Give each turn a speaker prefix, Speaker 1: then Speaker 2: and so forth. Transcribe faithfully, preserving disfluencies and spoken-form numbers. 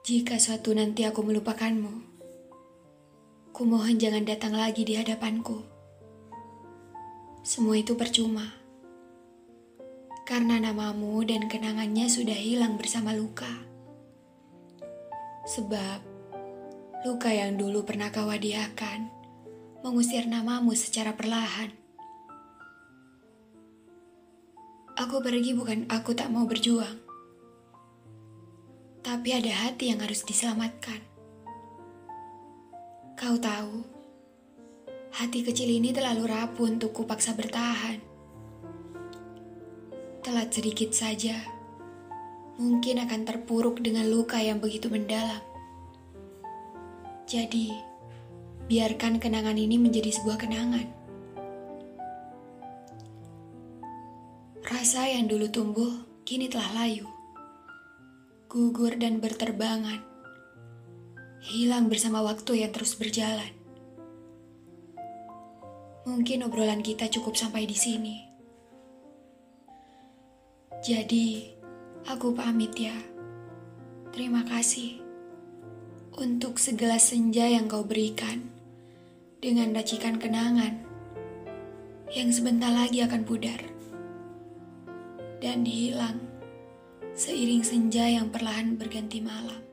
Speaker 1: Jika suatu nanti aku melupakanmu, kumohon jangan datang lagi di hadapanku. Semua itu percuma, karena namamu dan kenangannya sudah hilang bersama luka. Sebab, luka yang dulu pernah kau hadiahkan, mengusir namamu secara perlahan. Aku pergi bukan aku tak mau berjuang, tapi ada hati yang harus diselamatkan. Kau tahu, hati kecil ini terlalu rapuh untuk kupaksa bertahan. Telat sedikit saja, mungkin akan terpuruk dengan luka yang begitu mendalam. Jadi, biarkan kenangan ini menjadi sebuah kenangan. Rasa yang dulu tumbuh, kini telah layu. Gugur dan berterbangan, hilang bersama waktu yang terus berjalan. Mungkin obrolan kita cukup sampai di sini. Jadi, aku pamit ya. Terima kasih untuk segelas senja yang kau berikan dengan racikan kenangan yang sebentar lagi akan pudar dan hilang seiring senja yang perlahan berganti malam.